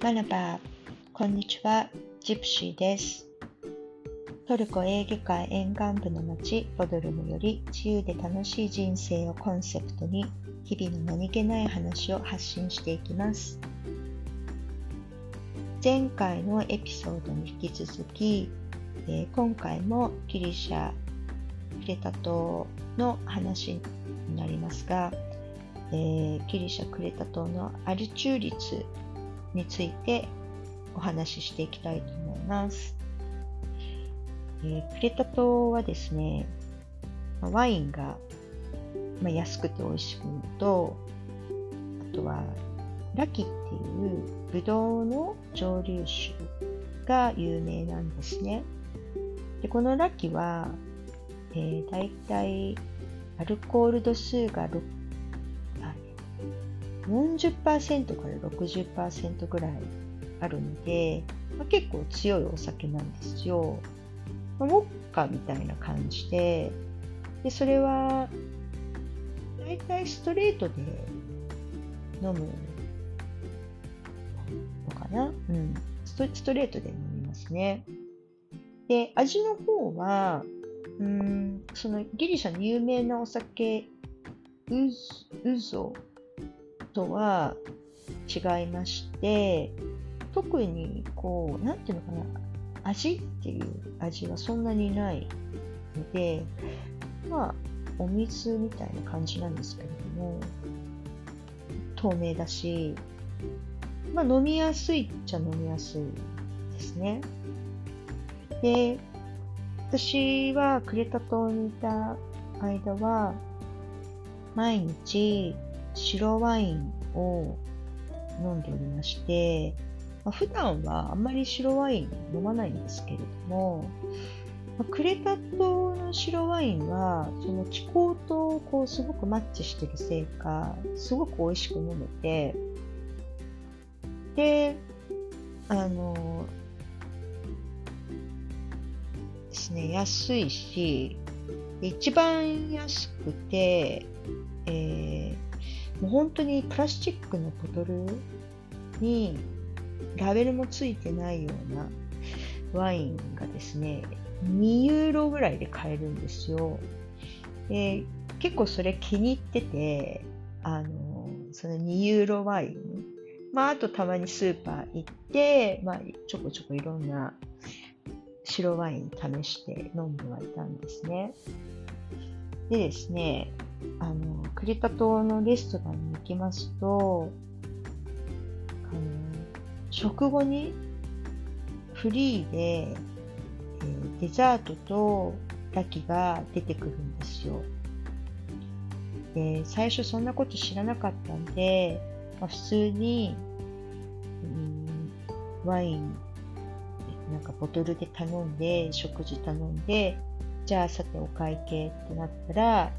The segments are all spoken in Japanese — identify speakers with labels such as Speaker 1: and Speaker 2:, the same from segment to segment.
Speaker 1: マナバ、こんにちは、ジプシーです。トルコエーゲ海沿岸部の町ボドルムより自由で楽しい人生をコンセプトに日々の何気ない話を発信していきます。前回のエピソードに引き続き、今回もギリシャ・クレタ島の話になりますが、ギリシャ・クレタ島のアルチュー率についてお話ししていきたいと思います。クレタ島はですね、ワインが安くて美味しくのと、あとはラキっていうブドウの蒸留酒が有名なんですね。でこのラキは、だいたいアルコール度数が40% から 60% ぐらいあるので、結構強いお酒なんですよ。ウォッカみたいな感じで、それはだいたいストレートで飲むのかな、ストレートで飲みますね。で、味の方は、そのギリシャの有名なお酒、ウゾとは違いまして、特になんていうのかな、味っていう味はそんなにないので、お水みたいな感じなんですけれども、透明だし、飲みやすいっちゃ飲みやすいですね。で、私はクレタ島にいた間は、毎日白ワインを飲んでおりまして、普段はあんまり白ワイン飲まないんですけれども、クレタ島の白ワインはその気候とすごくマッチしてるせいか、すごく美味しく飲めて、で、ですね、安いし、一番安くて、もう本当にプラスチックのボトルにラベルもついてないようなワインがですね、2ユーロぐらいで買えるんですよ。で、結構それ気に入ってて、その2ユーロワイン、あとたまにスーパー行って、ちょこちょこいろんな白ワイン試して飲んではいたんですね。でですね、クレタ島のレストランに行きますと、食後にフリーで、デザートとラキが出てくるんですよ。で、最初そんなこと知らなかったんで、普通に、ワインなんかボトルで頼んで、食事頼んで、じゃあさてお会計ってなったら、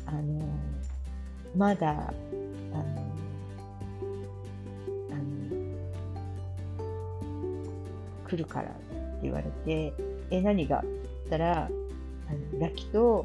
Speaker 1: まだ来るからって言われて、何がって言ったら、ラキと、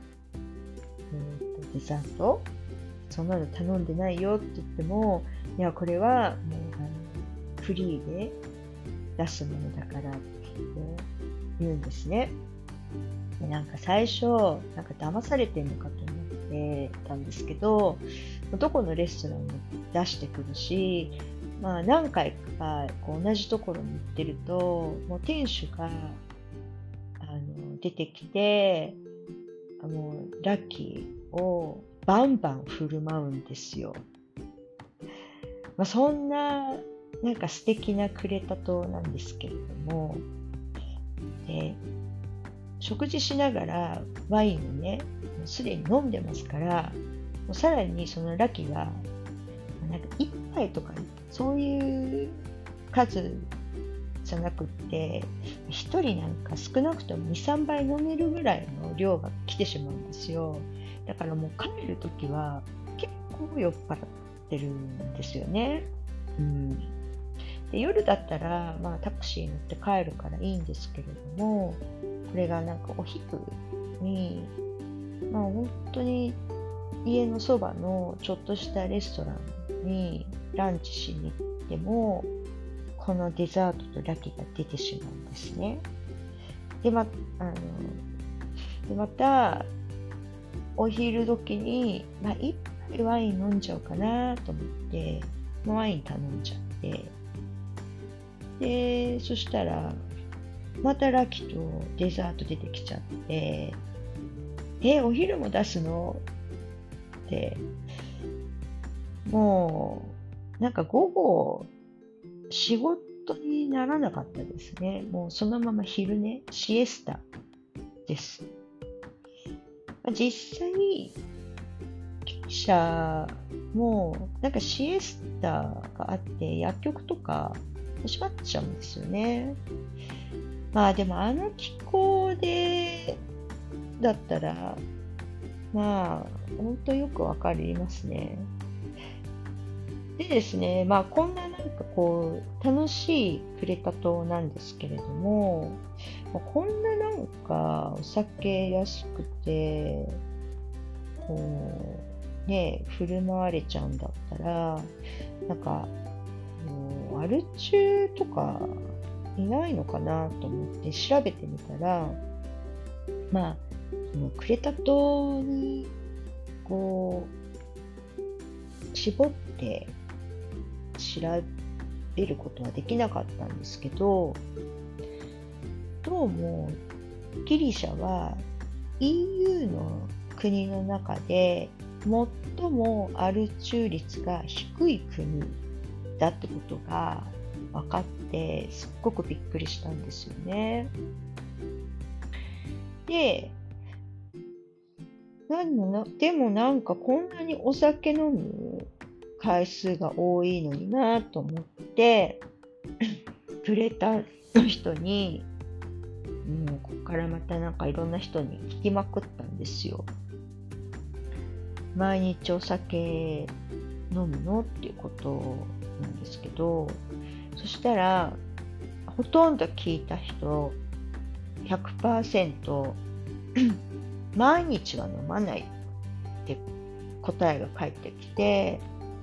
Speaker 1: デザート、そんなの頼んでないよって言っても、いや、これはもうフリーで出すものだからって言うんですね。でなんか最初、なんか騙されてるのかと思ってたんですけど、どこのレストランも出してくるし、何回か同じところに行ってると、もう店主が出てきて、もうラッキーをバンバン振る舞うんですよ。そんななんか素敵なクレタ島なんですけれども、で食事しながらワインをね、もうすでに飲んでますから、もうさらにそのラキがなんか1杯とかそういう数じゃなくって、1人なんか少なくとも2、3杯飲めるぐらいの量が来てしまうんですよ。だからもう帰るときは結構酔っ払ってるんですよね。で夜だったら、タクシー乗って帰るからいいんですけれども、これがなんかお昼に、本当に家のそばのちょっとしたレストランにランチしに行っても、 このデザートとラキが出てしまうんですね。で、また、お昼時に、一杯ワイン飲んじゃおうかなと思って、ワイン頼んじゃって、で、そしたら、またラキとデザート出てきちゃって、お昼も出すのって、もう、なんか午後、仕事にならなかったですね。もうそのまま昼寝、シエスタです。実際、ギリシャもなんかシエスタがあって薬局とか閉まっちゃうんですよね。でもあの気候でだったらほんとよくわかりますね。でですね、こんななんか楽しいクレタ島なんですけれども、こんななんかお酒安くて、振る舞われちゃうんだったら、なんか、アル中とかいないのかなと思って調べてみたら、そのクレタ島に絞って調べることはできなかったんですけど、どうもギリシャは EU の国の中で最もアル中率が低い国だってことが分かってすっごくびっくりしたんですよね。で、でもなんかこんなにお酒飲む回数が多いのになと思ってクレタの人に、もうここからまたなんかいろんな人に聞きまくったんですよ。毎日お酒飲むのっていうことなんですけど、そしたらほとんど聞いた人 100% 毎日は飲まないって答えが返ってきて、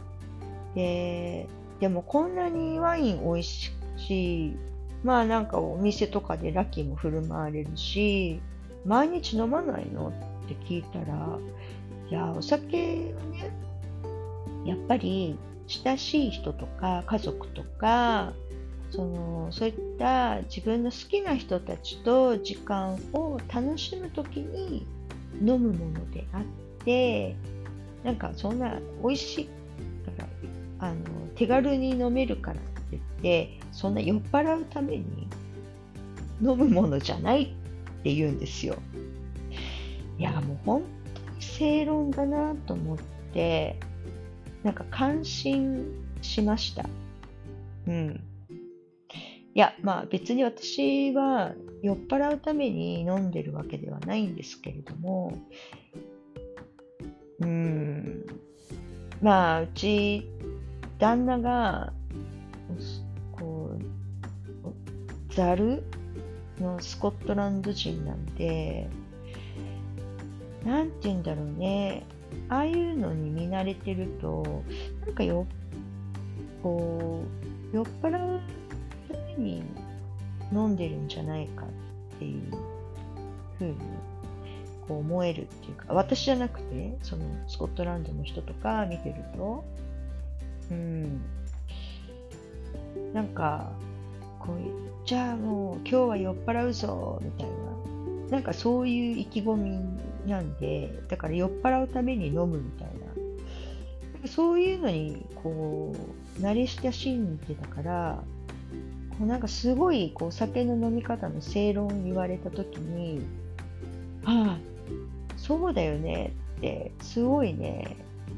Speaker 1: でもこんなにワイン美味しいし、なんかお店とかでラキも振る舞われるし、毎日飲まないのって聞いたら、いや、お酒はね、やっぱり親しい人とか家族とか、そういった自分の好きな人たちと時間を楽しむときに飲むものであって、なんかそんな美味しいから手軽に飲めるからって言ってそんな酔っ払うために飲むものじゃないって言うんですよ。いや、もう本当に正論だなと思って、なんか感心しました。いや、別に私は酔っ払うために飲んでるわけではないんですけれども、うち旦那がザルのスコットランド人なんで、なんて言うんだろうね、ああいうのに見慣れてると、なんか酔っ払うために飲んでるんじゃないかっていうふうに思えるっていうか、私じゃなくてそのスコットランドの人とか見てると、なんかじゃあもう今日は酔っ払うぞみたいな、なんかそういう意気込みなんで、だから酔っ払うために飲むみたいな、そういうのに慣れ親しんでたから、なんかすごい酒の飲み方の正論を言われた時に、そうだよねってすごいね、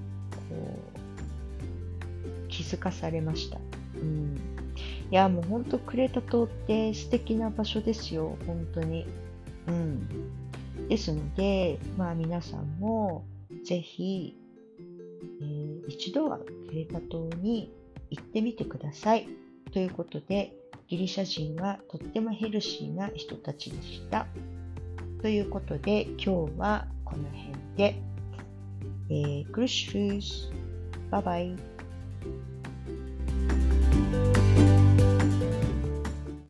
Speaker 1: 気づかされました。いや、もう本当クレタ島って素敵な場所ですよ、本当に。ですので、皆さんもぜひ、一度はクレタ島に行ってみてください。ということで、ギリシャ人はとってもヘルシーな人たちでした。ということで、今日はこの辺で、クルシュース、バイバイ。